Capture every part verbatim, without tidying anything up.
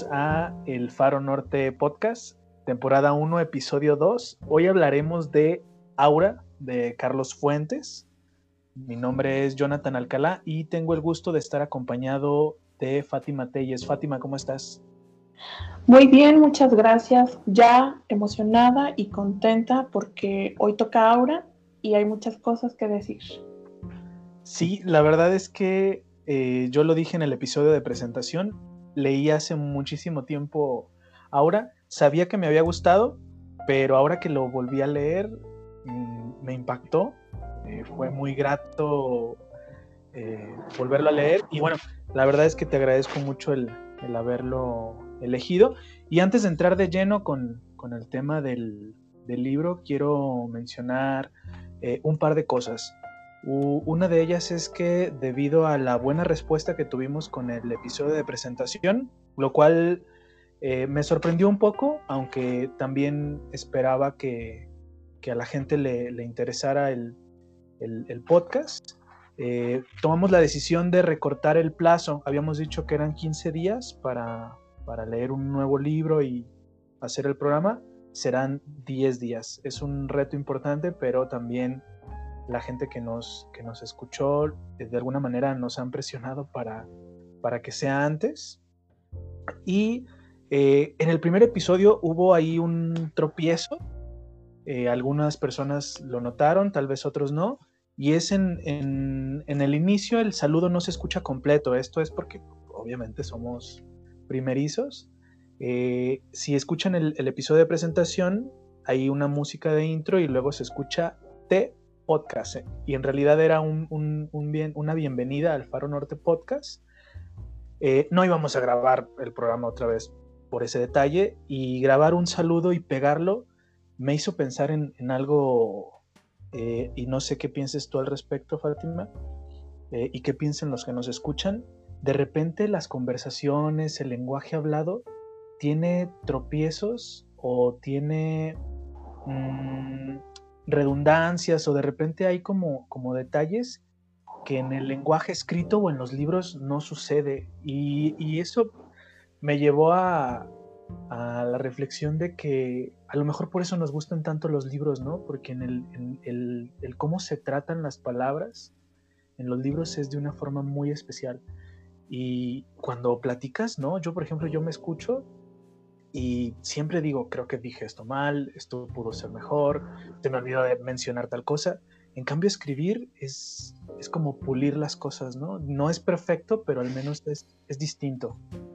a El Faro Norte Podcast, temporada uno, episodio dos. Hoy hablaremos de Aura, de Carlos Fuentes. Mi nombre es Jonathan Alcalá y tengo el gusto de estar acompañado de Fátima Telles. Fátima, ¿cómo estás? Muy bien, muchas gracias. Ya emocionada y contenta porque hoy toca Aura y hay muchas cosas que decir. Sí, la verdad es que eh, yo lo dije en el episodio de presentación, leí hace muchísimo tiempo Aura, sabía que me había gustado, pero ahora que lo volví a leer mmm, me impactó, eh, fue muy grato eh, volverlo a leer y bueno, la verdad es que te agradezco mucho el, el haberlo elegido. Y antes de entrar de lleno con, con el tema del, del libro, quiero mencionar eh, un par de cosas. Uh, una de ellas es que debido a la buena respuesta que tuvimos con el episodio de presentación, lo cual eh, me sorprendió un poco, aunque también esperaba que, que a la gente le, le interesara el, el, el podcast, eh, tomamos la decisión de recortar el plazo. Habíamos dicho que eran quince días para, para leer un nuevo libro y hacer el programa. Serán diez días. Es un reto importante, pero también la gente que nos, que nos escuchó de alguna manera nos han presionado para, para que sea antes. Y eh, en el primer episodio hubo ahí un tropiezo. Eh, algunas personas lo notaron, tal vez otros no. Y es en, en, en el inicio el saludo no se escucha completo. Esto es porque obviamente somos primerizos. Eh, si escuchan el, el episodio de presentación, hay una música de intro y luego se escucha T Podcast, ¿eh? Y en realidad era un, un, un bien, una bienvenida al Faro Norte Podcast. Eh, no íbamos a grabar el programa otra vez por ese detalle, y grabar un saludo y pegarlo me hizo pensar en, en algo, eh, y no sé qué pienses tú al respecto, Fátima, eh, y qué piensen los que nos escuchan. De repente las conversaciones, el lenguaje hablado tiene tropiezos o tiene mmm, redundancias, o de repente hay como, como detalles que en el lenguaje escrito o en los libros no sucede, y, y eso me llevó a, a la reflexión de que a lo mejor por eso nos gustan tanto los libros, ¿no? Porque en el, en el, el cómo se tratan las palabras en los libros es de una forma muy especial. Y cuando platicas, ¿no? Yo, por ejemplo, yo me escucho y siempre digo, creo que dije esto mal, esto pudo ser mejor, se me olvidó de mencionar tal cosa. En cambio, escribir es, es como pulir las cosas, ¿no? No es perfecto, pero al menos es, es distinto.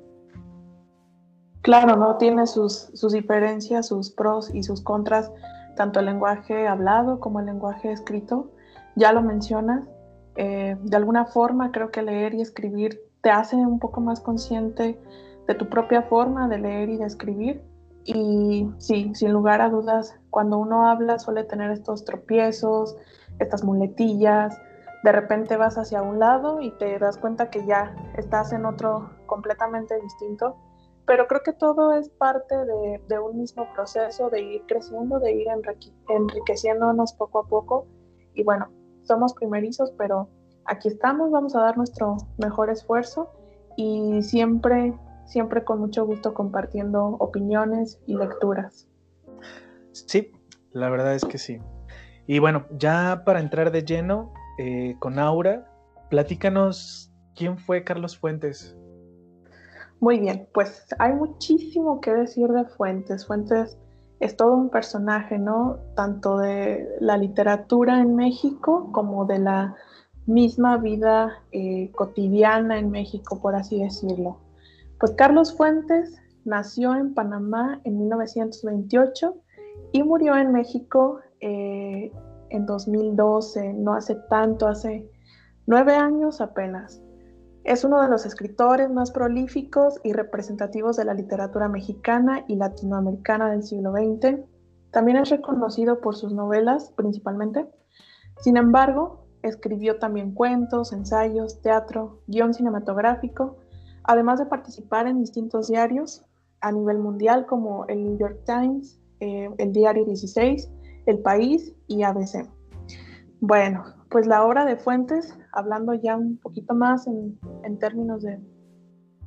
Claro, ¿no? Tiene sus, sus diferencias, sus pros y sus contras, tanto el lenguaje hablado como el lenguaje escrito. Ya lo mencionas. Eh, de alguna forma creo que leer y escribir te hace un poco más consciente de tu propia forma de leer y de escribir. Y sí, sin lugar a dudas, cuando uno habla suele tener estos tropiezos, estas muletillas. De repente vas hacia un lado y te das cuenta que ya estás en otro completamente distinto. Pero creo que todo es parte de, de un mismo proceso, de ir creciendo, de ir enrique, enriqueciéndonos poco a poco. Y bueno, somos primerizos, pero aquí estamos, vamos a dar nuestro mejor esfuerzo y siempre, siempre con mucho gusto compartiendo opiniones y lecturas. Sí, la verdad es que sí. Y bueno, ya para entrar de lleno eh, con Aura, platícanos quién fue Carlos Fuentes. Muy bien, pues hay muchísimo que decir de Fuentes. Fuentes es todo un personaje, ¿no? Tanto de la literatura en México como de la misma vida eh, cotidiana en México, por así decirlo. Pues Carlos Fuentes nació en Panamá en mil novecientos veintiocho y murió en México eh, en dos mil doce, no hace tanto, hace nueve años apenas. Es uno de los escritores más prolíficos y representativos de la literatura mexicana y latinoamericana del siglo veinte. También es reconocido por sus novelas, principalmente. Sin embargo, escribió también cuentos, ensayos, teatro, guión cinematográfico, además de participar en distintos diarios a nivel mundial como el New York Times, eh, el Diario dieciséis, El País y A B C. Bueno, pues la obra de Fuentes, hablando ya un poquito más en, en términos de,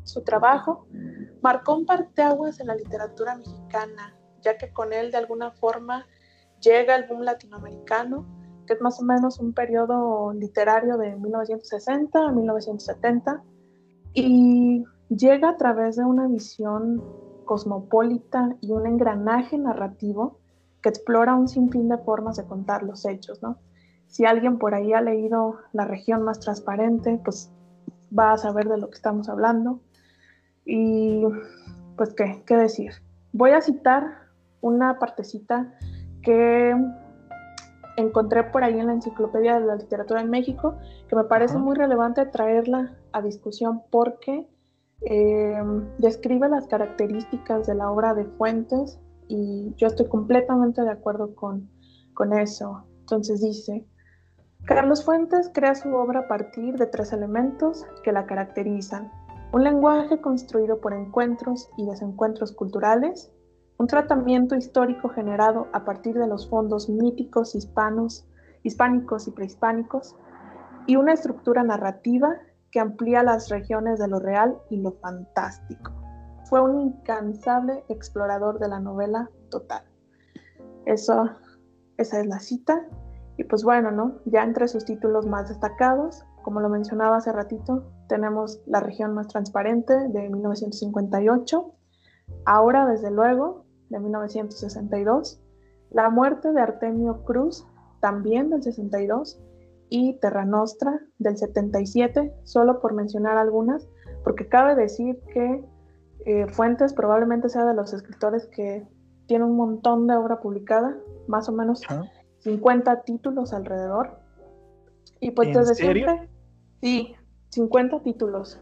Su trabajo marcó un parteaguas en la literatura mexicana, ya que con él de alguna forma llega el boom latinoamericano, que es más o menos un periodo literario de mil novecientos sesenta a mil novecientos setenta, y llega a través de una visión cosmopolita y un engranaje narrativo que explora un sinfín de formas de contar los hechos, ¿no? Si alguien por ahí ha leído La región más transparente, pues va a saber de lo que estamos hablando. Y pues qué, qué decir. Voy a citar una partecita que encontré por ahí en la Enciclopedia de la Literatura en México, que me parece Ajá. muy relevante traerla a discusión porque eh, describe las características de la obra de Fuentes y yo estoy completamente de acuerdo con, con eso. Entonces dice: Carlos Fuentes crea su obra a partir de tres elementos que la caracterizan: un lenguaje construido por encuentros y desencuentros culturales, un tratamiento histórico generado a partir de los fondos míticos hispanos, hispánicos y prehispánicos, y una estructura narrativa que amplía las regiones de lo real y lo fantástico. Fue un incansable explorador de la novela total. Eso, esa es la cita. Y pues bueno, ¿no? Ya entre sus títulos más destacados, como lo mencionaba hace ratito, tenemos La región más transparente de mil novecientos cincuenta y ocho, Ahora desde luego de mil novecientos sesenta y dos, La muerte de Artemio Cruz también del sesenta y dos y Terra Nostra del setenta y siete, solo por mencionar algunas, porque cabe decir que eh, Fuentes probablemente sea de los escritores que tiene un montón de obra publicada, más o menos Ajá. cincuenta títulos alrededor. Y pues ¿En desde serio? siempre, sí, cincuenta títulos.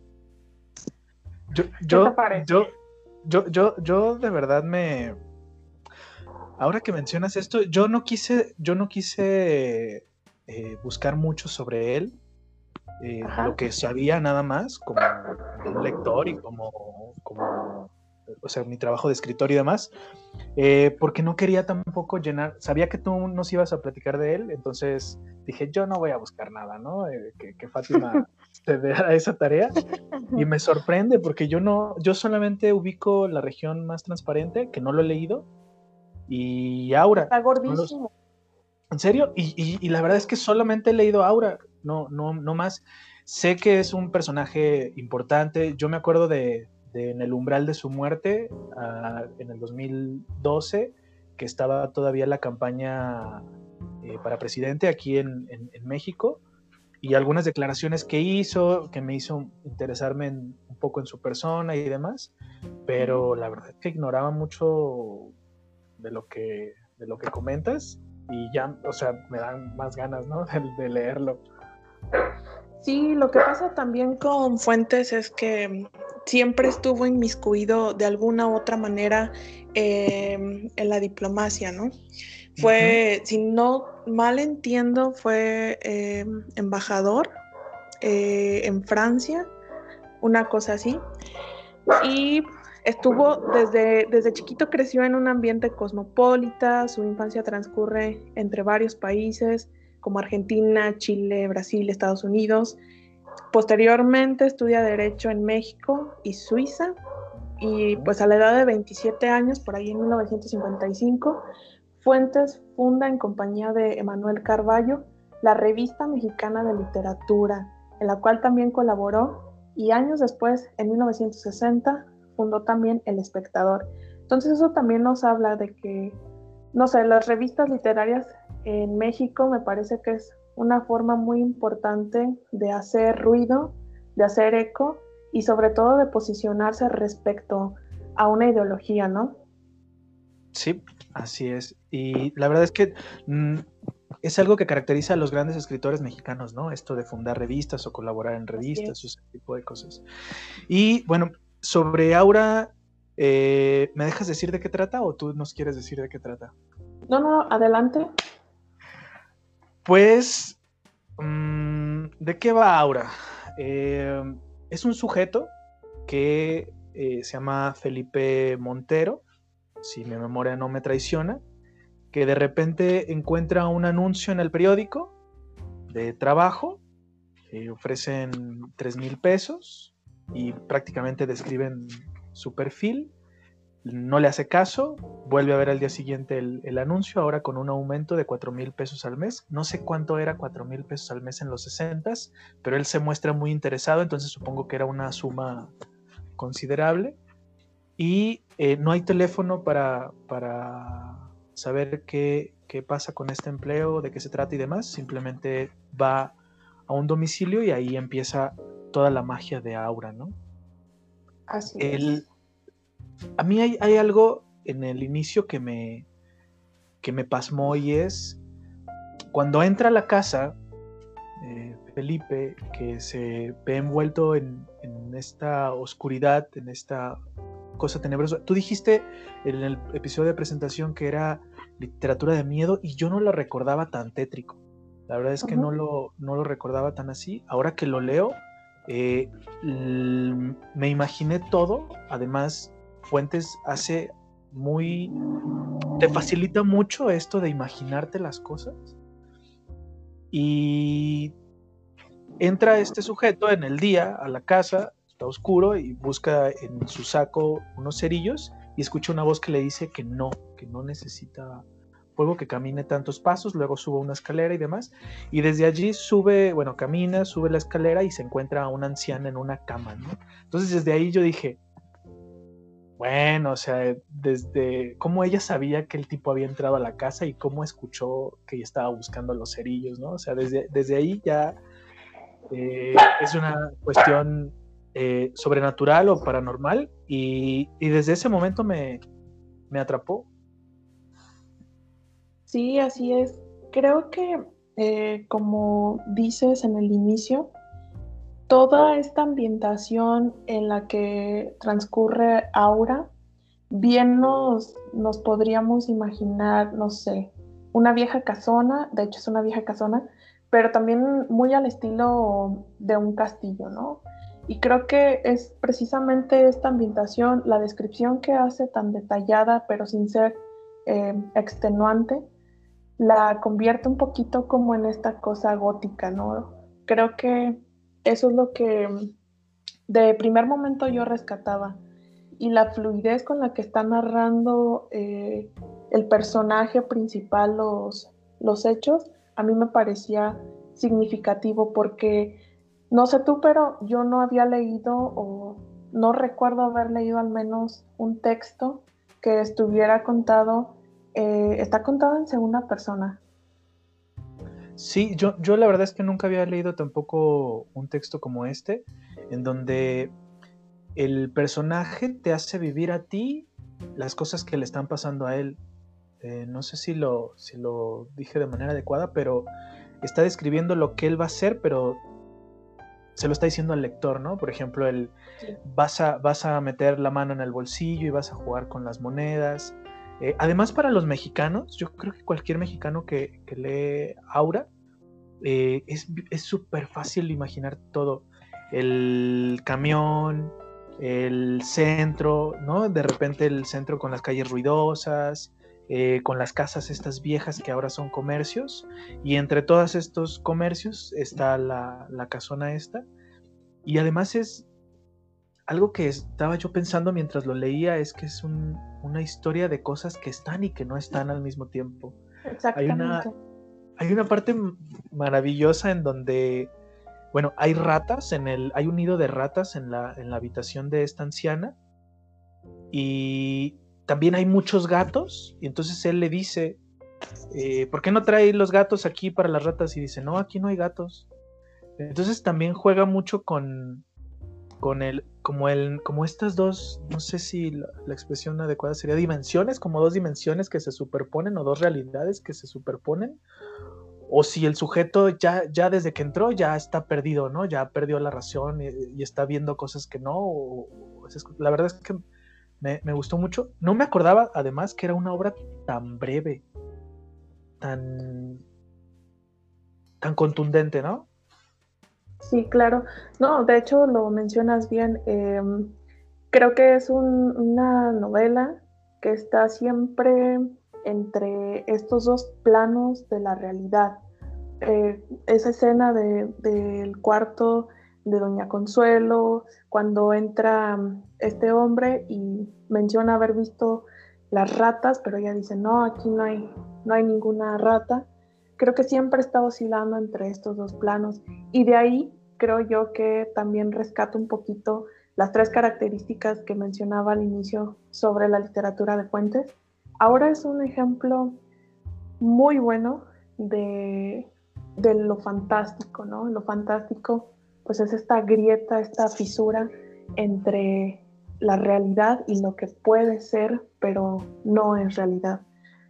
Yo, ¿Qué te yo, parece? yo, yo, yo, yo de verdad me. Ahora que mencionas esto, yo no quise, yo no quise eh, buscar mucho sobre él. Eh, lo Ajá. que sabía nada más, como un lector y como, como o sea, mi trabajo de escritor y demás, eh, porque no quería tampoco llenar, sabía que tú nos ibas a platicar de él, entonces dije, yo no voy a buscar nada, ¿no? Eh, que, que Fátima se dé a esa tarea. Y me sorprende porque yo no, yo solamente ubico La región más transparente, que no lo he leído, y Aura. Está No los, gordísimo. ¿En serio? Y, y, y, la verdad es que solamente he leído Aura, no, no, no más. Sé que es un personaje importante. Yo me acuerdo de, de En el umbral de su muerte, uh, en el dos mil doce, que estaba todavía la campaña eh, para presidente aquí en, en, en México, y algunas declaraciones que hizo, que me hizo interesarme en, un poco en su persona y demás, pero la verdad es que ignoraba mucho de lo que, de lo que comentas y ya, o sea, me dan más ganas, ¿no? De, de leerlo. Sí, lo que pasa también con Fuentes es que siempre estuvo inmiscuido de alguna u otra manera eh, en la diplomacia, ¿no? Fue, uh-huh. Si no mal entiendo, fue eh, embajador eh, en Francia, una cosa así. Y estuvo desde, desde chiquito, creció en un ambiente cosmopolita, su infancia transcurre entre varios países como Argentina, Chile, Brasil, Estados Unidos. Posteriormente estudia Derecho en México y Suiza, y pues a la edad de veintisiete años, por ahí en mil novecientos cincuenta y cinco, Fuentes funda en compañía de Emanuel Carballo la Revista Mexicana de Literatura, en la cual también colaboró, y años después, en mil novecientos sesenta, fundó también El Espectador. Entonces eso también nos habla de que, no sé, las revistas literarias en México me parece que es una forma muy importante de hacer ruido, de hacer eco y sobre todo de posicionarse respecto a una ideología, ¿no? Sí, así es. Y la verdad es que mmm, es algo que caracteriza a los grandes escritores mexicanos, ¿no? Esto de fundar revistas o colaborar en revistas, ese tipo de cosas. Y bueno, sobre Aura, eh, ¿me dejas decir de qué trata o tú nos quieres decir de qué trata? No, no, adelante. Pues, mmm, ¿de qué va Aura? Eh, es un sujeto que eh, se llama Felipe Montero, si mi memoria no me traiciona, que de repente encuentra un anuncio en el periódico de trabajo, eh, ofrecen tres mil pesos y prácticamente describen su perfil. No le hace caso, vuelve a ver al día siguiente el, el anuncio, ahora con un aumento de cuatro mil pesos al mes. No sé cuánto era cuatro mil pesos al mes en los sesentas, pero él se muestra muy interesado, entonces supongo que era una suma considerable. Y eh, no hay teléfono para, para saber qué, qué pasa con este empleo, de qué se trata y demás. Simplemente va a un domicilio y ahí empieza toda la magia de Aura, ¿no? Así El, es. a mí hay, hay algo en el inicio que me, que me pasmó, y es cuando entra a la casa, eh, Felipe, que se ve envuelto en, en esta oscuridad, en esta cosa tenebrosa. Tú dijiste en el episodio de presentación que era literatura de miedo y yo no lo recordaba tan tétrico. La verdad es que Uh-huh. no lo, no lo recordaba tan así. Ahora que lo leo, eh, l- me imaginé todo. Además, Fuentes hace muy... te facilita mucho esto de imaginarte las cosas. Y entra este sujeto en el día a la casa, está oscuro, y busca en su saco unos cerillos y escucha una voz que le dice que no, que no necesita fuego, que camine tantos pasos, luego sube una escalera y demás, y desde allí sube, bueno, camina, sube la escalera y se encuentra a una anciana en una cama, ¿no? Entonces desde ahí yo dije, bueno, o sea, desde cómo ella sabía que el tipo había entrado a la casa y cómo escuchó que estaba buscando los cerillos, ¿no? O sea, desde, desde ahí ya eh, es una cuestión eh, sobrenatural o paranormal, y, y desde ese momento me, me atrapó. Sí, así es. Creo que, eh, como dices en el inicio, toda esta ambientación en la que transcurre Aura, bien nos, nos podríamos imaginar, no sé, una vieja casona, de hecho es una vieja casona, pero también muy al estilo de un castillo, ¿no? Y creo que es precisamente esta ambientación, la descripción que hace tan detallada, pero sin ser eh, extenuante, la convierte un poquito como en esta cosa gótica, ¿no? Creo que eso es lo que de primer momento yo rescataba. Y la fluidez con la que está narrando eh, el personaje principal los, los hechos, a mí me parecía significativo porque, no sé tú, pero yo no había leído o no recuerdo haber leído al menos un texto que estuviera contado, eh, está contado en segunda persona. Sí, yo, yo la verdad es que nunca había leído tampoco un texto como este, en donde el personaje te hace vivir a ti las cosas que le están pasando a él. Eh, no sé si lo, si lo dije de manera adecuada, pero está describiendo lo que él va a hacer, pero se lo está diciendo al lector, ¿no? Por ejemplo, el, Sí. vas, a, vas a meter la mano en el bolsillo y vas a jugar con las monedas. Eh, además, para los mexicanos, yo creo que cualquier mexicano que, que lee Aura, eh, es súper fácil imaginar todo. El camión, el centro, ¿no? De repente el centro con las calles ruidosas, eh, con las casas estas viejas que ahora son comercios, y entre todos estos comercios está la, la casona esta, y además es algo que estaba yo pensando mientras lo leía, es que es un, una historia de cosas que están y que no están al mismo tiempo. Hay una, Exactamente. hay una parte maravillosa en donde, bueno, hay ratas en el, hay un nido de ratas en la, en la habitación de esta anciana, y también hay muchos gatos, y entonces él le dice, eh, ¿por qué no trae los gatos aquí para las ratas? Y dice, no, aquí no hay gatos. Entonces también juega mucho con, con el, como el, como estas dos, no sé si la, la expresión adecuada sería dimensiones, como dos dimensiones que se superponen, o dos realidades que se superponen, o si el sujeto ya, ya desde que entró ya está perdido, ¿no? Ya perdió la razón, y, y está viendo cosas que no. O, o, la verdad es que me, me gustó mucho. No me acordaba, además, que era una obra tan breve, tan, tan contundente, ¿no? Sí, claro. No, de hecho lo mencionas bien. Eh, creo que es un, una novela que está siempre entre estos dos planos de la realidad. Eh, esa escena de, del cuarto de Doña Consuelo, cuando entra este hombre y menciona haber visto las ratas, pero ella dice, no, aquí no hay, no hay ninguna rata. Creo que siempre está oscilando entre estos dos planos y de ahí creo yo que también rescato un poquito las tres características que mencionaba al inicio sobre la literatura de Fuentes. Ahora es un ejemplo muy bueno de, de lo fantástico, ¿no? Lo fantástico pues es esta grieta, esta fisura entre la realidad y lo que puede ser, pero no es realidad.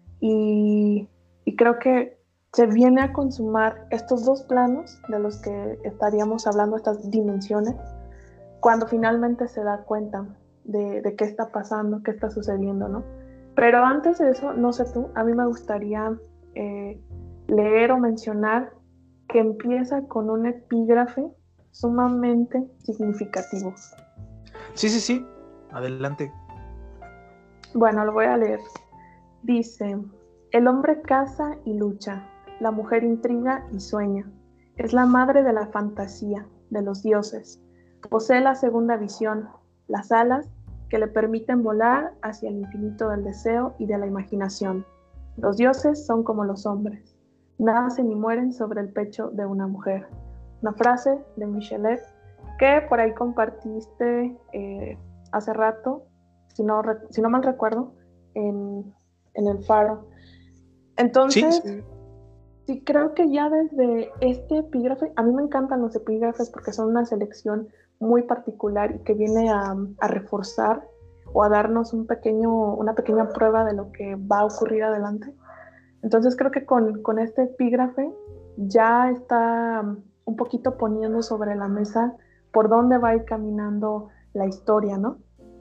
Y, y creo que se viene a consumar estos dos planos de los que estaríamos hablando, estas dimensiones, cuando finalmente se da cuenta de, de qué está pasando, qué está sucediendo, ¿no? Pero antes de eso, no sé tú, a mí me gustaría eh, leer o mencionar que empieza con un epígrafe sumamente significativo. Sí, sí, sí, adelante. Bueno, lo voy a leer. Dice, el hombre caza y lucha, la mujer intriga y sueña. Es la madre de la fantasía, de los dioses. Posee la segunda visión, las alas que le permiten volar hacia el infinito del deseo y de la imaginación. Los dioses son como los hombres, nacen y mueren sobre el pecho de una mujer. Una frase de Michelet que por ahí compartiste eh, hace rato, si no, si no mal recuerdo, en, en el Faro. Entonces, Sí, sí. sí, creo que ya desde este epígrafe, a mí me encantan los epígrafes porque son una selección muy particular y que viene a, a reforzar o a darnos un pequeño, una pequeña prueba de lo que va a ocurrir adelante. Entonces creo que con, con este epígrafe ya está un poquito poniendo sobre la mesa por dónde va a ir caminando la historia, ¿no?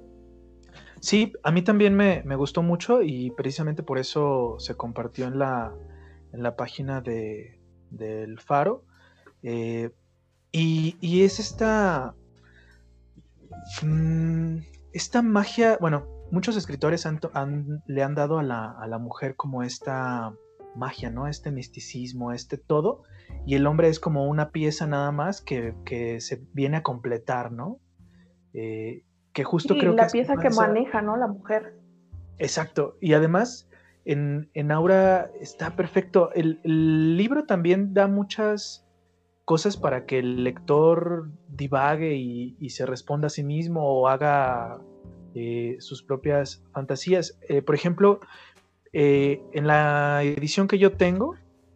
Sí, a mí también me, me gustó mucho y precisamente por eso se compartió en la, en la página de, del Faro. Eh, y, y es esta, mmm, esta magia, bueno, muchos escritores han, han, le han dado a la, a la mujer como esta magia, ¿no? Este misticismo, este todo, y el hombre es como una pieza nada más que, que se viene a completar, ¿no? Eh, que justo Y creo que la es pieza como que esa... maneja, ¿no? La mujer. Exacto, y además en, en Aura está perfecto. El, el libro también da muchas cosas para que el lector divague y, y se responda a sí mismo o haga eh, sus propias fantasías. Eh, por ejemplo, eh, en la edición que yo tengo,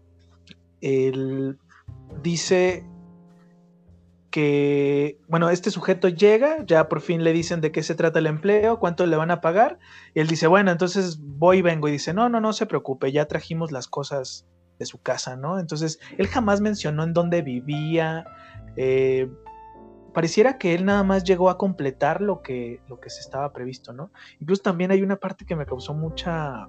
él dice que, bueno, este sujeto llega, ya por fin le dicen de qué se trata el empleo, cuánto le van a pagar, y él dice, bueno, entonces voy y vengo, y dice, no, no, no se preocupe, ya trajimos las cosas de su casa, ¿no? Entonces, él jamás mencionó en dónde vivía, eh, pareciera que él nada más llegó a completar lo que, lo que se estaba previsto, ¿no? Incluso también hay una parte que me causó mucha,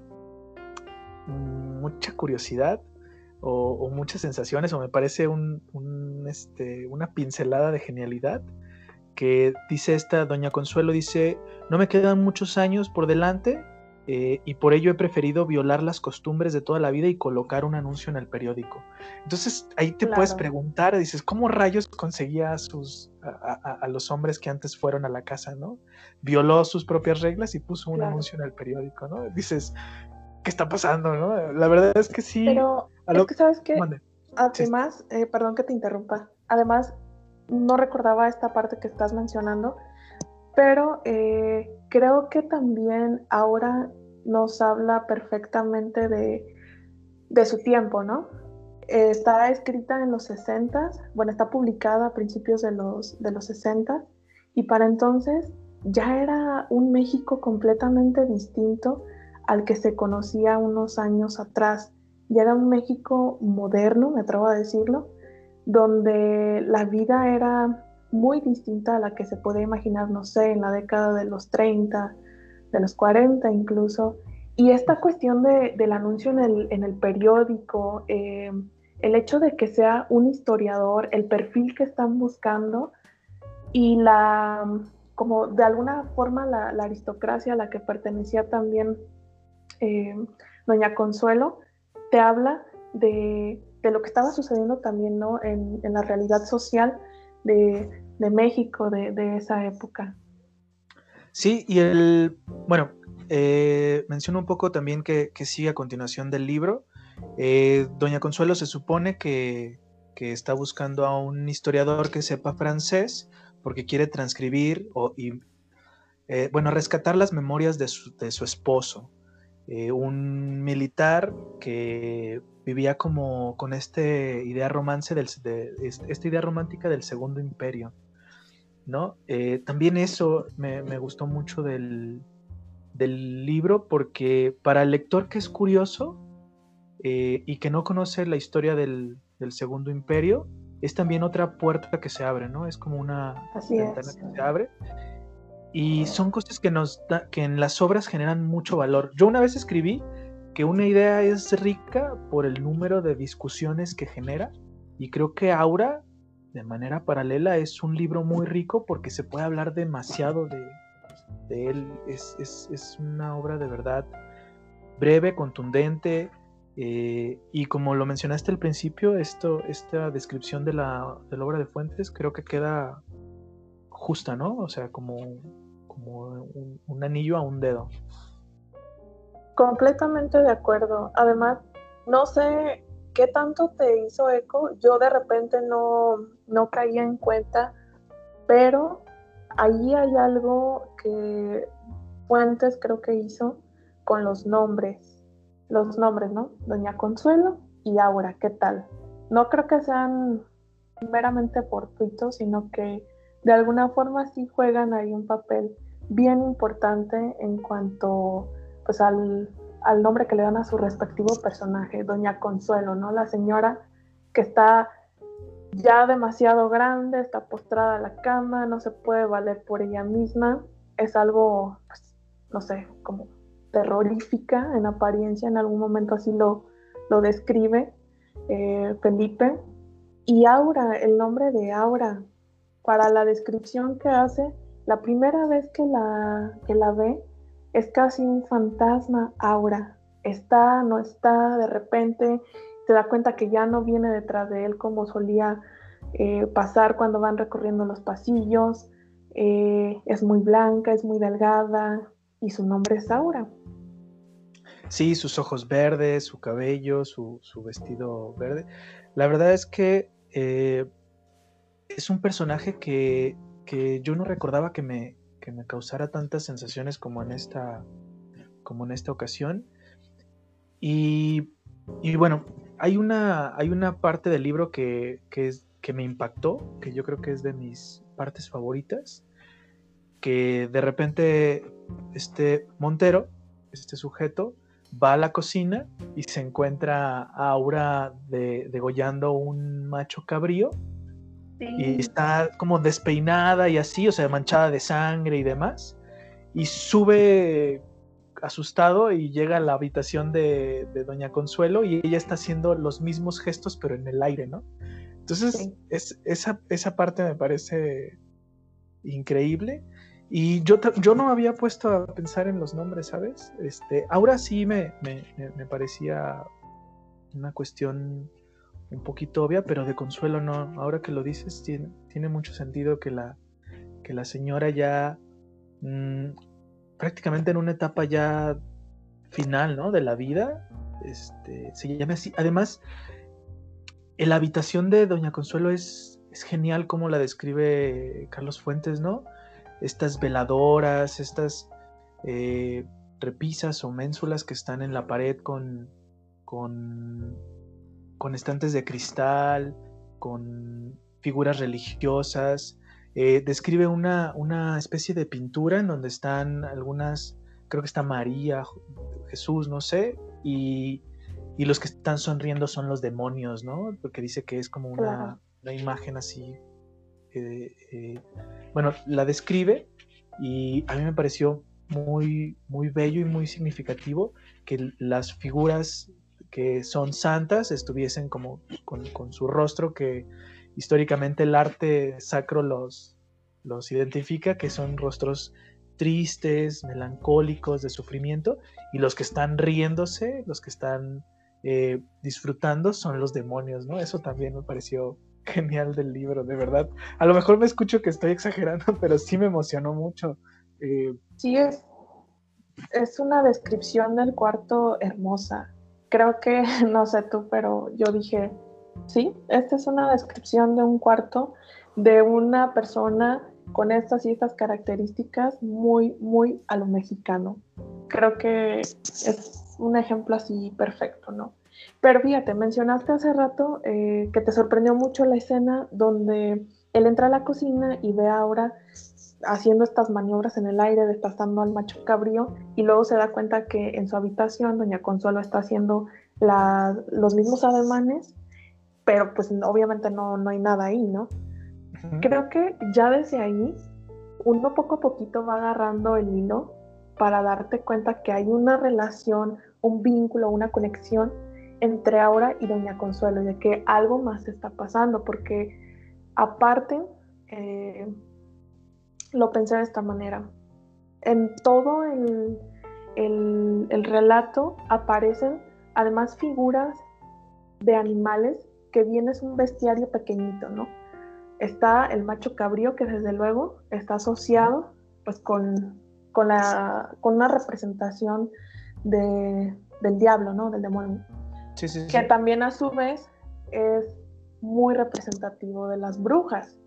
mucha curiosidad, o, o, muchas sensaciones, o me parece un, un, este, una pincelada de genialidad, que dice esta doña Consuelo, dice, no me quedan muchos años por delante eh, y por ello he preferido violar las costumbres de toda la vida y colocar un anuncio en el periódico. Entonces ahí te Claro. puedes preguntar, dices, ¿cómo rayos conseguía a, sus, a, a, a los hombres que antes fueron a la casa, ¿no? Violó sus propias reglas y puso un claro. anuncio en el periódico, ¿no? Dices, ¿qué está pasando, no? La verdad es que sí. Pero lo... es que, ¿sabes qué? Mande. Además, sí. eh, perdón que te interrumpa, además, no recordaba esta parte que estás mencionando, pero eh, creo que también ahora nos habla perfectamente de, de su tiempo, ¿no? Eh, está escrita en los sesenta, bueno, está publicada a principios de los, de los sesenta, y para entonces ya era un México completamente distinto al que se conocía unos años atrás. Ya era un México moderno, me atrevo a decirlo, donde la vida era muy distinta a la que se podía imaginar, no sé, en la década de los treinta, de los cuarenta incluso. Y esta cuestión de, del anuncio en el, en el periódico, eh, el hecho de que sea un historiador, el perfil que están buscando y la, como de alguna forma la, la aristocracia a la que pertenecía también eh, doña Consuelo, te habla de, de lo que estaba sucediendo también, ¿no? en, en la realidad social de, de México de, de esa época. Sí, y el, bueno, eh, menciono un poco también que, que sigue a continuación del libro. Eh, Doña Consuelo se supone que, que está buscando a un historiador que sepa francés porque quiere transcribir o, y, eh, bueno, rescatar las memorias de su, de su esposo, eh, un militar que vivía como con este idea romance del, de, esta idea romántica del Segundo Imperio, ¿no? Eh, también eso me, me gustó mucho del, del libro porque para el lector que es curioso eh, y que no conoce la historia del, del Segundo Imperio, es también otra puerta que se abre, ¿no? Es como una Así ventana es. que se abre y son cosas que, nos da, que en las obras generan mucho valor. Yo una vez escribí que una idea es rica por el número de discusiones que genera y creo que Aura, de manera paralela, es un libro muy rico porque se puede hablar demasiado de, de él. Es, es, es una obra de verdad breve, contundente, eh, y como lo mencionaste al principio, esto, esta descripción de la, de la obra de Fuentes creo que queda justa, ¿no? O sea, como, como un, un anillo a un dedo. Completamente de acuerdo. Además, no sé qué tanto te hizo eco. Yo de repente no, no caía en cuenta, pero ahí hay algo que Fuentes creo que hizo con los nombres. Los nombres, ¿no? Doña Consuelo y Aura, ¿qué tal? No creo que sean meramente fortuitos, sino que de alguna forma sí juegan ahí un papel bien importante en cuanto pues al, al nombre que le dan a su respectivo personaje, Doña Consuelo, ¿no? La señora que está ya demasiado grande, está postrada a la cama, no se puede valer por ella misma, es algo, pues, no sé, como terrorífica en apariencia, en algún momento así lo, lo describe eh, Felipe. Y Aura, el nombre de Aura, para la descripción que hace, la primera vez que la, que la ve, es casi un fantasma, Aura. Está, no está, de repente se da cuenta que ya no viene detrás de él como solía eh, pasar cuando van recorriendo los pasillos. Eh, es muy blanca, es muy delgada y su nombre es Aura. Sí, sus ojos verdes, su cabello, su, su vestido verde. La verdad es que eh, es un personaje que, que yo no recordaba que me, que me causara tantas sensaciones como en esta, como en esta ocasión. Y, y bueno, hay una, hay una parte del libro que, que, es, que me impactó, que yo creo que es de mis partes favoritas, que de repente este Montero, este sujeto, va a la cocina y se encuentra a Aura de, degollando un macho cabrío. Sí. Y está como despeinada y así, o sea, manchada de sangre y demás. Y sube asustado y llega a la habitación de, de Doña Consuelo y ella está haciendo los mismos gestos pero en el aire, ¿no? Entonces, Sí. es, esa, esa parte me parece increíble. Y yo, yo no me había puesto a pensar en los nombres, ¿sabes? Este, ahora sí me, me, me parecía una cuestión un poquito obvia, pero de Consuelo no. Ahora que lo dices, tiene, tiene mucho sentido que la, que la señora ya mmm, prácticamente en una etapa ya final, ¿no? De la vida, este, se llama así. Además, la habitación de Doña Consuelo es, es genial como la describe Carlos Fuentes, ¿no? Estas veladoras, estas eh, repisas o ménsulas que están en la pared con, con, con estantes de cristal, con figuras religiosas. Eh, describe una, una especie de pintura en donde están algunas, creo que está María, Jesús, no sé, y, y los que están sonriendo son los demonios, ¿no? Porque dice que es como una, Claro. una imagen así. Eh, eh, bueno, la describe y a mí me pareció muy, muy bello y muy significativo que las figuras que son santas estuviesen como con, con su rostro, que históricamente el arte sacro los, los identifica, que son rostros tristes, melancólicos, de sufrimiento, y los que están riéndose, los que están eh, disfrutando son los demonios, ¿no? Eso también me pareció genial del libro, de verdad. A lo mejor me escucho que estoy exagerando, pero sí me emocionó mucho. Eh, Sí, es, es una descripción del cuarto hermosa. Creo que, no sé tú, pero yo dije, sí, esta es una descripción de un cuarto de una persona con estas y estas características muy, muy a lo mexicano. Creo que es un ejemplo así perfecto, ¿no? Pero fíjate, mencionaste hace rato eh, que te sorprendió mucho la escena donde él entra a la cocina y ve ahora haciendo estas maniobras en el aire, destazando al macho cabrío, y luego se da cuenta que en su habitación doña Consuelo está haciendo la, los mismos ademanes, pero pues obviamente no, no hay nada ahí, ¿no? uh-huh. Creo que ya desde ahí uno poco a poquito va agarrando el hilo para darte cuenta que hay una relación, un vínculo, una conexión entre Aura y doña Consuelo, y de que algo más está pasando, porque aparte, eh, lo pensé de esta manera. En todo el, el, el relato aparecen además figuras de animales que bien es un bestiario pequeñito, ¿no? Está el macho cabrío, que desde luego está asociado pues con, con, la, con una representación de, del diablo, ¿no? Del demonio. Sí, sí, Que sí. también a su vez es muy representativo de las brujas.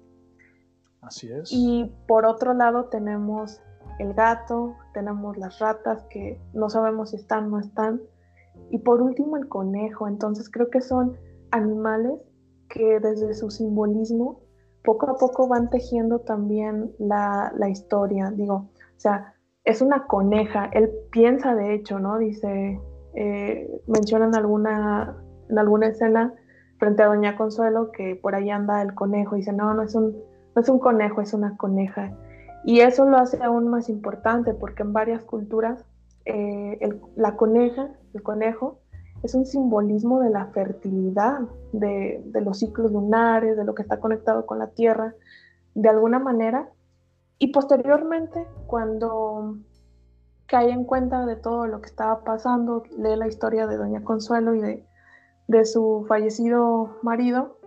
Así es. Y por otro lado tenemos el gato, tenemos las ratas que no sabemos si están o no están, y por último el conejo. Entonces creo que son animales que desde su simbolismo poco a poco van tejiendo también la, la historia. Digo, o sea, es una coneja, él piensa de hecho, ¿no? Dice, eh, mencionan alguna, en alguna escena frente a Doña Consuelo que por ahí anda el conejo, y dice, no, no es un, no es un conejo, es una coneja. Y eso lo hace aún más importante porque en varias culturas eh, el, la coneja, el conejo, es un simbolismo de la fertilidad, de, de los ciclos lunares, de lo que está conectado con la tierra, de alguna manera. Y posteriormente, cuando cae en cuenta de todo lo que estaba pasando, lee la historia de Doña Consuelo y de, de su fallecido marido,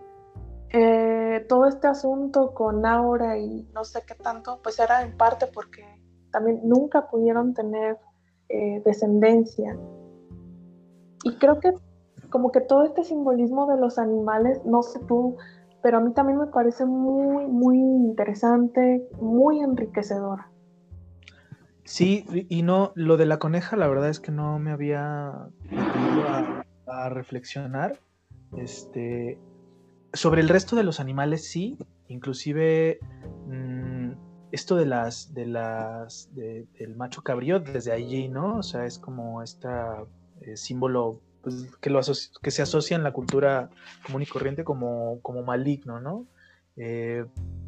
eh, todo este asunto con Aura y no sé qué tanto, pues era en parte porque también nunca pudieron tener eh, descendencia. Y creo que como que todo este simbolismo de los animales, no sé tú, pero a mí también me parece muy, muy interesante, muy enriquecedor. Sí, y y no, lo de la coneja, la verdad es que no me había detenido a, a reflexionar. Este, sobre el resto de los animales, sí, inclusive mmm, esto de las, de las, de, del macho cabrío, desde allí, ¿no? O sea, es como este eh, símbolo pues, que, lo asoci- que se asocia en la cultura común y corriente como, como maligno, ¿no? Eh,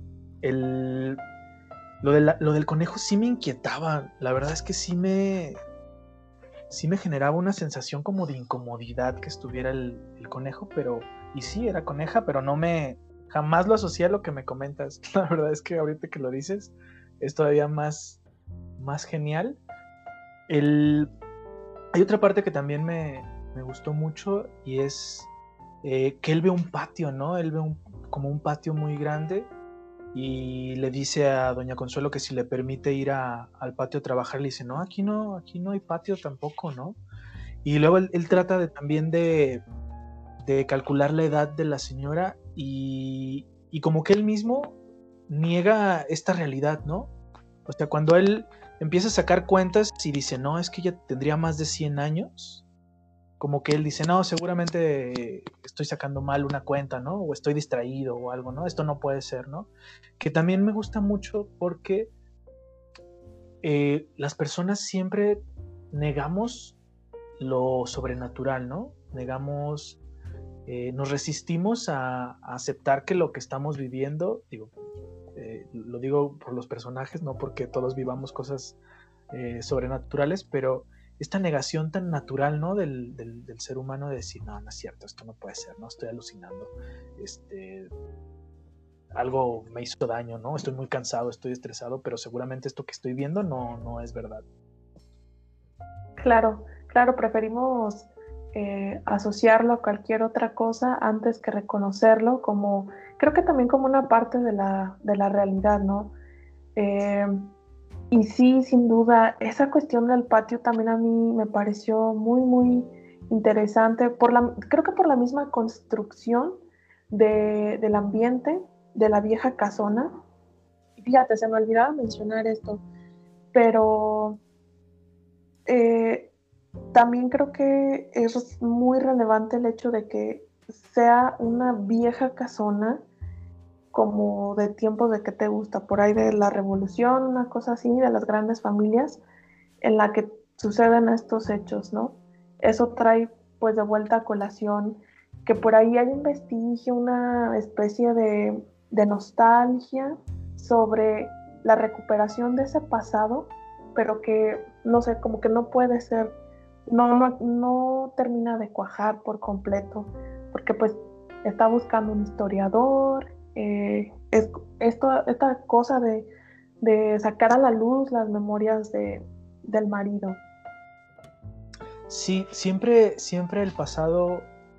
el, lo, de la, lo del conejo sí me inquietaba, la verdad es que sí me, sí me generaba una sensación como de incomodidad que estuviera el, el conejo, pero, y sí, era coneja, pero no me, jamás lo asocié a lo que me comentas. La verdad es que ahorita que lo dices, es todavía más, más genial. El, hay otra parte que también me, me gustó mucho y es eh, que él ve un patio, ¿no? Él ve un, como un patio muy grande y le dice a Doña Consuelo que si le permite ir a, al patio a trabajar, le dice, no, aquí no, aquí no hay patio tampoco, ¿no? Y luego él, él trata de, también de, de, calcular la edad de la señora y, y como que él mismo niega esta realidad, ¿no? O sea, cuando él empieza a sacar cuentas y dice, no, es que ella tendría más de cien años, como que él dice, no, seguramente estoy sacando mal una cuenta, ¿no? O estoy distraído o algo, ¿no? Esto no puede ser, ¿no? Que también me gusta mucho porque eh, las personas siempre negamos lo sobrenatural, ¿no? Negamos, eh, nos resistimos a, a, aceptar que lo que estamos viviendo, digo, eh, lo digo por los personajes, no porque todos vivamos cosas eh, sobrenaturales, pero esta negación tan natural, ¿no? Del, del, del, ser humano de decir, no, no es cierto, esto no puede ser, no estoy alucinando, este, algo me hizo daño, ¿no? Estoy muy cansado, estoy estresado, pero seguramente esto que estoy viendo no, no es verdad. Claro, claro, preferimos eh, asociarlo a cualquier otra cosa antes que reconocerlo como, creo que también como una parte de la, de la realidad, ¿no? Eh, y sí, sin duda, esa cuestión del patio también a mí me pareció muy, muy interesante, por la, creo que por la misma construcción de, del ambiente de la vieja casona. Fíjate, se me olvidaba mencionar esto, pero eh, también creo que es muy relevante el hecho de que sea una vieja casona como de tiempos de que te gusta, por ahí de la revolución, una cosa así, de las grandes familias en la que suceden estos hechos, ¿no? Eso trae pues de vuelta a colación que por ahí hay un vestigio, una especie de, de nostalgia sobre la recuperación de ese pasado, pero que, no sé, como que no puede ser, no, no, no termina de cuajar por completo, porque pues está buscando un historiador, eh, es, esto, esta cosa de, de sacar a la luz las memorias de, del marido. Sí, siempre, siempre el pasado...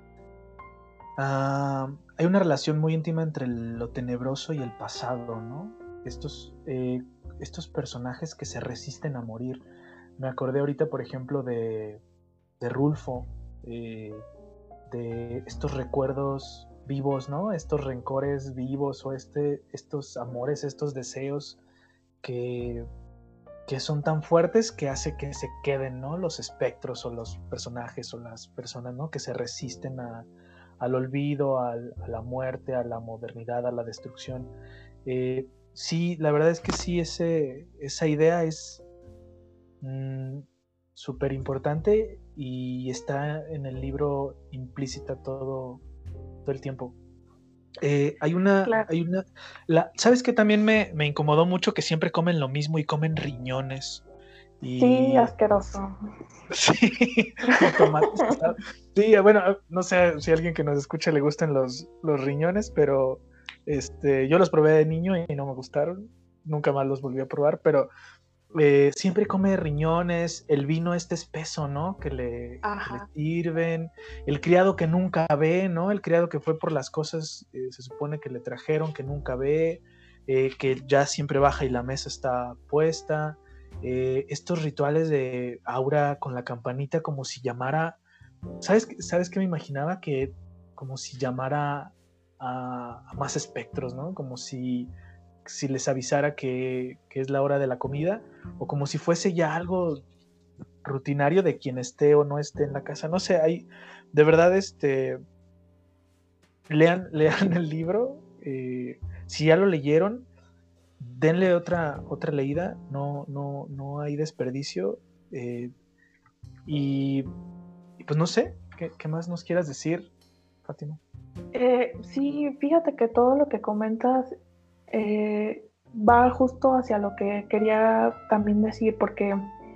Uh, hay una relación muy íntima entre lo tenebroso y el pasado, ¿no? Estos, eh, estos personajes que se resisten a morir. Me acordé ahorita, por ejemplo, de, de Rulfo, eh, de estos recuerdos vivos, ¿no? Estos rencores vivos o este, estos amores, estos deseos que, que son tan fuertes que hace que se queden, ¿no? Los espectros o los personajes o las personas, ¿no? Que se resisten a, al olvido, al, a la muerte, a la modernidad, a la destrucción. Eh, sí, la verdad es que sí, ese, esa idea es mmm, súper importante y está en el libro implícita todo, todo el tiempo. Eh, hay una, Claro. hay una, la, ¿sabes qué? También me, me incomodó mucho que siempre comen lo mismo y comen riñones. Sí, Y asqueroso. sí, o tomates. Sí, bueno, no sé si a alguien que nos escucha le gustan los, los riñones, pero este, yo los probé de niño y no me gustaron. Nunca más los volví a probar, pero eh, siempre come riñones, el vino este espeso, ¿no? Que le, que le sirven, el criado que nunca ve, ¿no? El criado que fue por las cosas, eh, se supone que le trajeron, que nunca ve, eh, que ya siempre baja y la mesa está puesta. Eh, estos rituales de Aura con la campanita como si llamara, ¿sabes, ¿sabes qué me imaginaba? Que como si llamara a, a más espectros, ¿no? Como si, si les avisara que, que es la hora de la comida, o como si fuese ya algo rutinario de quien esté o no esté en la casa. No sé, hay, de verdad, este, lean, lean el libro, eh, si ya lo leyeron, denle otra, otra leída, no, no, no hay desperdicio. Eh, y, y, pues no sé, ¿qué, ¿qué más nos quieras decir, Fátima? Eh, sí, fíjate que todo lo que comentas eh, va justo hacia lo que quería también decir, porque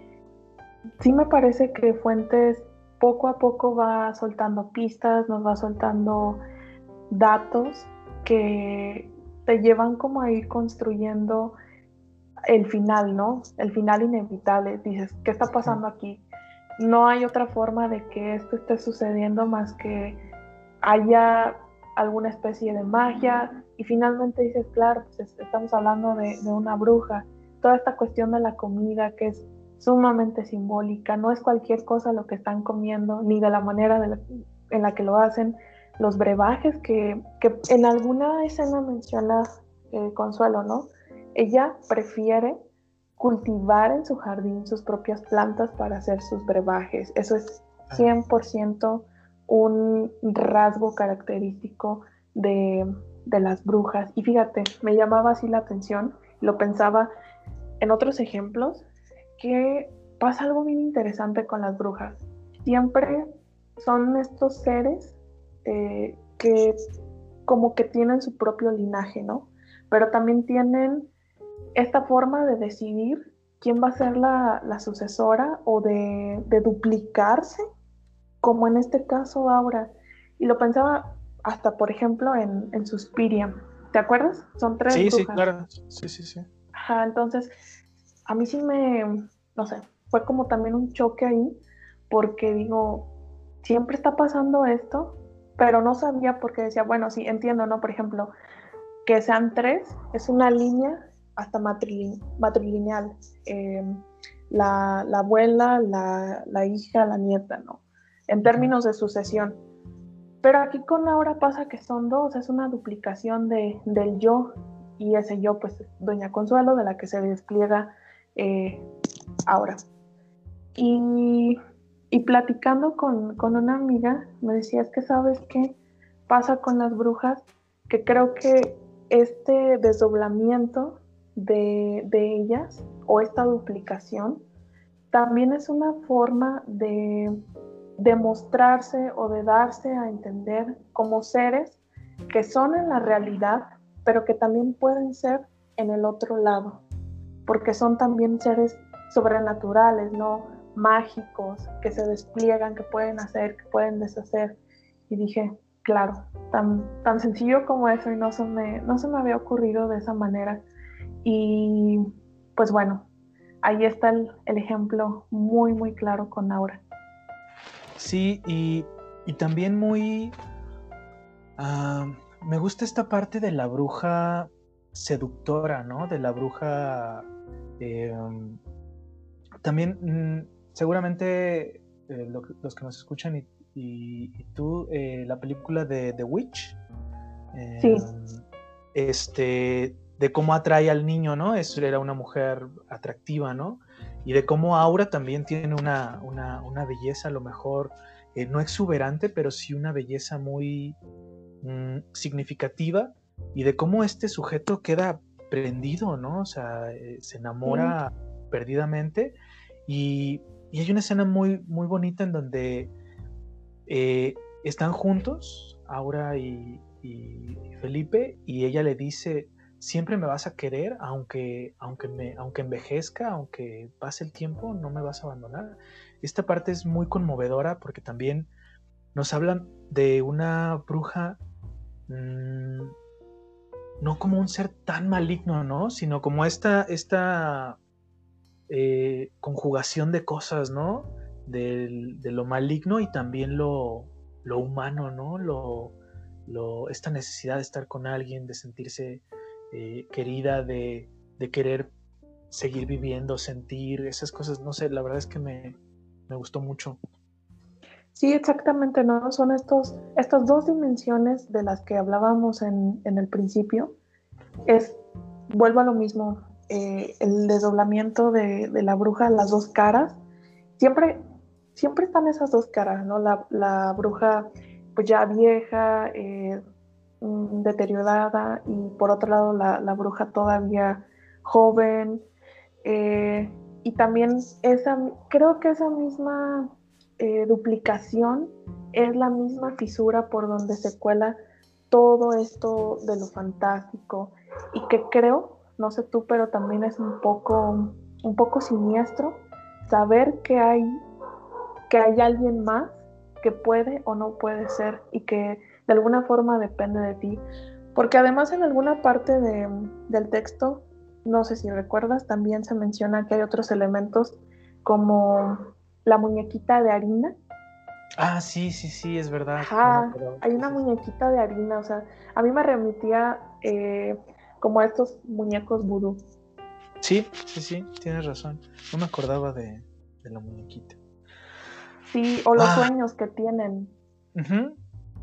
sí me parece que Fuentes poco a poco va soltando pistas, nos va soltando datos que te llevan como a ir construyendo el final, ¿no? El final inevitable. Dices, ¿qué está pasando aquí? No hay otra forma de que esto esté sucediendo más que haya alguna especie de magia y finalmente dices, claro, pues estamos hablando de, de una bruja. Toda esta cuestión de la comida que es sumamente simbólica, no es cualquier cosa lo que están comiendo, ni de la manera de la, en la que lo hacen, los brebajes que, que en alguna escena menciona eh, Consuelo, ¿no? Ella prefiere cultivar en su jardín sus propias plantas para hacer sus brebajes. Eso es cien por ciento un rasgo característico de, de las brujas. Y fíjate, me llamaba así la atención, lo pensaba en otros ejemplos, que pasa algo bien interesante con las brujas. Siempre son estos seres eh, que como que tienen su propio linaje, ¿no? Pero también tienen esta forma de decidir quién va a ser la, la sucesora o de, de duplicarse, como en este caso Aura. Y lo pensaba hasta, por ejemplo, en, en Suspiria. ¿Te acuerdas? Son tres Sí, sí, brujas. claro. Sí, sí, sí. Ajá, entonces, a mí sí me, no sé, fue como también un choque ahí, porque digo, siempre está pasando esto, pero no sabía porque decía, bueno, sí, entiendo, ¿no? Por ejemplo, que sean tres es una línea hasta matrili- matrilineal. Eh, la, la abuela, la, la hija, la nieta, ¿no? En Ujú. términos de sucesión. Pero aquí con Aura pasa que son dos, es una duplicación de, del yo, y ese yo, pues, es Doña Consuelo, de la que se despliega eh, Aura. Y, y platicando con, con una amiga, me decía, es que sabes qué pasa con las brujas, que creo que este desdoblamiento de, de ellas, o esta duplicación, también es una forma de demostrarse o de darse a entender como seres que son en la realidad, pero que también pueden ser en el otro lado, porque son también seres sobrenaturales, ¿no? Mágicos, que se despliegan, que pueden hacer, que pueden deshacer. Y dije, claro, tan, tan sencillo como eso, y no se, me, no se me había ocurrido de esa manera. Y pues bueno, ahí está el, el ejemplo muy, muy claro con Aura. Sí, y, y también muy... ah, me gusta esta parte de la bruja seductora, ¿no? De la bruja... eh, también, mm, seguramente eh, lo que- los que nos escuchan y, y- y tú, eh, la película de The Witch, eh, Sí, este, de cómo atrae al niño, ¿no? Es, era una mujer atractiva, ¿no? Y de cómo Aura también tiene una, una, una belleza, a lo mejor, eh, no exuberante, pero sí una belleza muy mm, significativa, y de cómo este sujeto queda prendido, ¿no? O sea, eh, se sí, enamora perdidamente, y, y hay una escena muy, muy bonita en donde eh, están juntos, Aura y, y, y Felipe, y ella le dice, siempre me vas a querer, aunque, aunque, me, aunque envejezca, aunque pase el tiempo, no me vas a abandonar. Esta parte es muy conmovedora porque también nos hablan de una bruja, mmm, no como un ser tan maligno, ¿no? Sino como esta, esta eh, conjugación de cosas, ¿no? Del- de lo maligno y también lo, lo humano, ¿no? Lo, lo, esta necesidad de estar con alguien, de sentirse eh, querida, de, de querer seguir viviendo, sentir esas cosas, no sé, la verdad es que me, me gustó mucho. sí, exactamente, ¿no? Son estos, estas dos dimensiones de las que hablábamos en, en el principio. Es, vuelvo a lo mismo, eh, el desdoblamiento de, de la bruja, las dos caras. Siempre, siempre están esas dos caras, ¿no? La, la bruja pues ya vieja, eh, mm, deteriorada, y por otro lado la, la bruja todavía joven. eh, y también esa, creo que esa misma eh, duplicación es la misma fisura por donde se cuela todo esto de lo fantástico, y que creo, no sé tú, pero también es un poco, un poco siniestro saber que hay, que hay alguien más que puede o no puede ser, y que de alguna forma depende de ti. Porque además en alguna parte de, del texto, no sé si recuerdas, también se menciona que hay otros elementos como la muñequita de harina. Ah, sí, sí, sí, es verdad, no me Ajá, acordaba. hay Sí, una sí, sí. muñequita de harina, o sea, a mí me remitía eh, como a estos muñecos vudú. Sí, sí, sí, tienes razón. No me acordaba de, de la muñequita. Sí, o los Ah, sueños que tienen. ujú.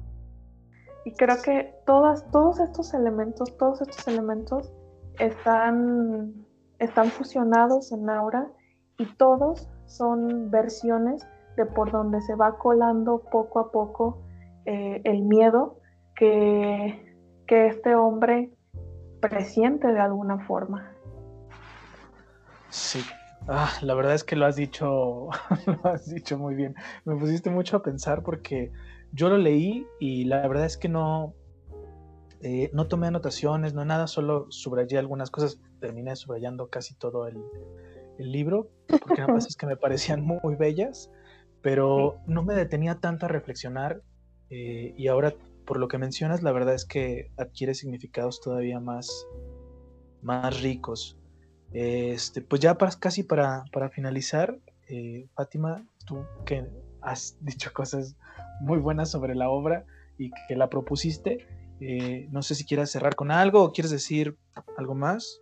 Y creo que todas, todos estos elementos, todos estos elementos están, están fusionados en Aura, y todos son versiones de por donde se va colando poco a poco eh, el miedo que, que este hombre presiente de alguna forma. Sí. Ah, la verdad es que lo has dicho, lo has dicho muy bien. Me pusiste mucho a pensar porque yo lo leí y la verdad es que no, eh, no tomé anotaciones, no nada, solo subrayé algunas cosas. Terminé subrayando casi todo el, el libro porque nada más es que me parecían muy bellas, Sí. pero no me detenía tanto a reflexionar, eh, y ahora por lo que mencionas, la verdad es que adquiere significados todavía más, más ricos. Este, pues ya para, casi para, para finalizar, eh, Fátima, tú que has dicho cosas muy buenas sobre la obra y que la propusiste. Eh, no sé si quieras cerrar con algo o quieres decir algo más.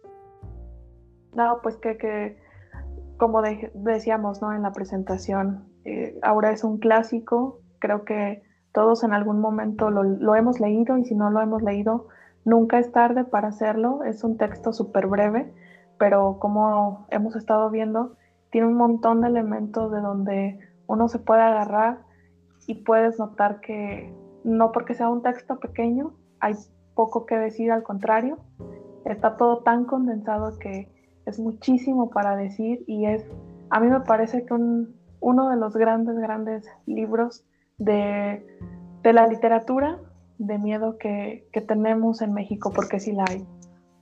No, pues que, que como de, decíamos, ¿no? En la presentación, eh, ahora es un clásico, creo que todos en algún momento lo, lo hemos leído y si no lo hemos leído, nunca es tarde para hacerlo, es un texto súper breve, pero como hemos estado viendo, tiene un montón de elementos de donde uno se puede agarrar y puedes notar que no porque sea un texto pequeño, hay poco que decir, al contrario, está todo tan condensado que es muchísimo para decir y es, a mí me parece que un, uno de los grandes, grandes libros de, de la literatura de miedo que, que tenemos en México, porque sí la hay.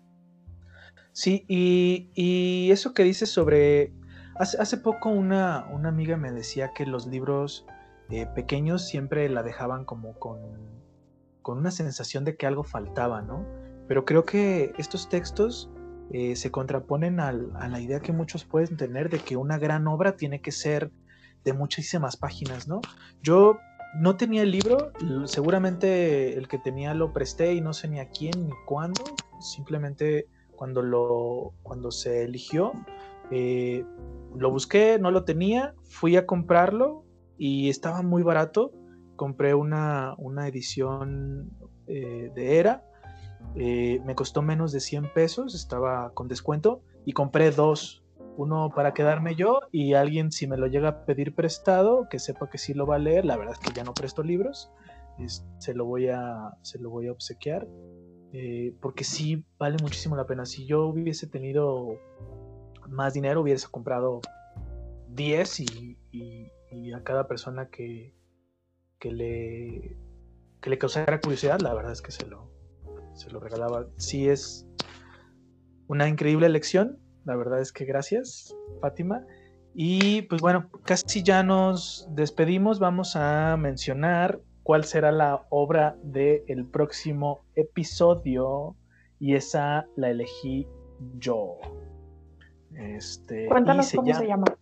Sí, y, y eso que dices sobre... Hace, hace poco una, una amiga me decía que los libros eh, pequeños siempre la dejaban como con, con una sensación de que algo faltaba, ¿no? Pero creo que estos textos eh, se contraponen al, a la idea que muchos pueden tener de que una gran obra tiene que ser de muchísimas páginas, ¿no? Yo no tenía el libro, seguramente el que tenía lo presté y no sé ni a quién ni cuándo, simplemente cuando, lo, cuando se eligió, eh, lo busqué, no lo tenía, fui a comprarlo y estaba muy barato. Compré una, una edición eh, de Era, eh, me costó menos de cien pesos, estaba con descuento y compré dos, uno para quedarme yo y alguien si me lo llega a pedir prestado, que sepa que sí lo va a leer. La verdad es que ya no presto libros, es, se, lo voy a, se lo voy a obsequiar, eh, porque sí vale muchísimo la pena. Si yo hubiese tenido más dinero hubiese comprado diez y, y, y a cada persona que, que le, que le causara curiosidad, la verdad es que se lo, se lo regalaba. Sí, es una increíble lección, la verdad es que gracias, Fátima. Y pues bueno, casi ya nos despedimos, vamos a mencionar cuál será la obra del próximo episodio y esa la elegí yo. Este, y Cuéntanos se cómo llama, se llama.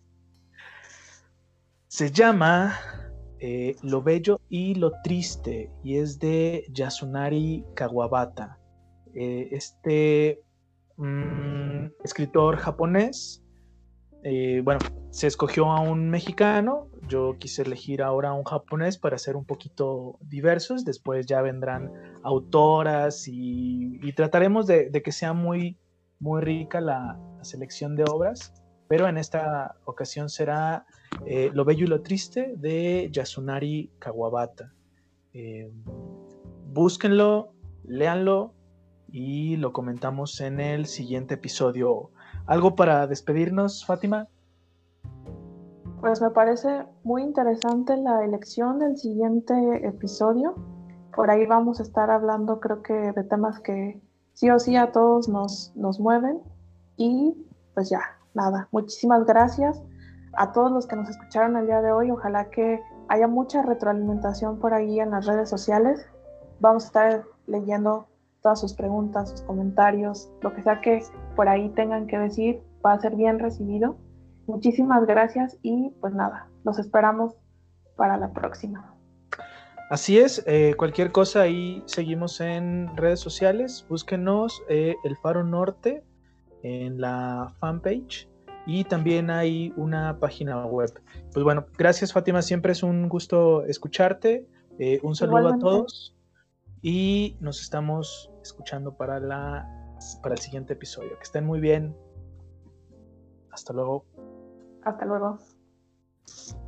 se llama eh, Lo Bello y lo Triste y es de Yasunari Kawabata. Eh, este mmm, escritor japonés, eh, bueno, se escogió a un mexicano, yo quise elegir ahora a un japonés para ser un poquito diversos, después ya vendrán autoras y, y trataremos de, de que sea muy, muy rica la, la selección de obras, pero en esta ocasión será eh, Lo Bello y lo Triste de Yasunari Kawabata. Eh, búsquenlo, léanlo y lo comentamos en el siguiente episodio. ¿Algo para despedirnos, Fátima? Pues me parece muy interesante la elección del siguiente episodio. Por ahí vamos a estar hablando, creo que de temas que sí o sí a todos nos, nos mueven. Y pues ya, nada, muchísimas gracias a todos los que nos escucharon el día de hoy. Ojalá que haya mucha retroalimentación por ahí en las redes sociales. Vamos a estar leyendo todas sus preguntas, sus comentarios, lo que sea que por ahí tengan que decir, va a ser bien recibido. Muchísimas gracias y pues nada, los esperamos para la próxima. Así es, eh, cualquier cosa ahí seguimos en redes sociales, búsquenos eh, El Faro Norte en la fanpage y también hay una página web. Pues bueno, gracias Fátima, siempre es un gusto escucharte, eh, un saludo a Igualmente, todos y nos estamos escuchando para, la, para el siguiente episodio. Que estén muy bien, hasta luego. hasta luego.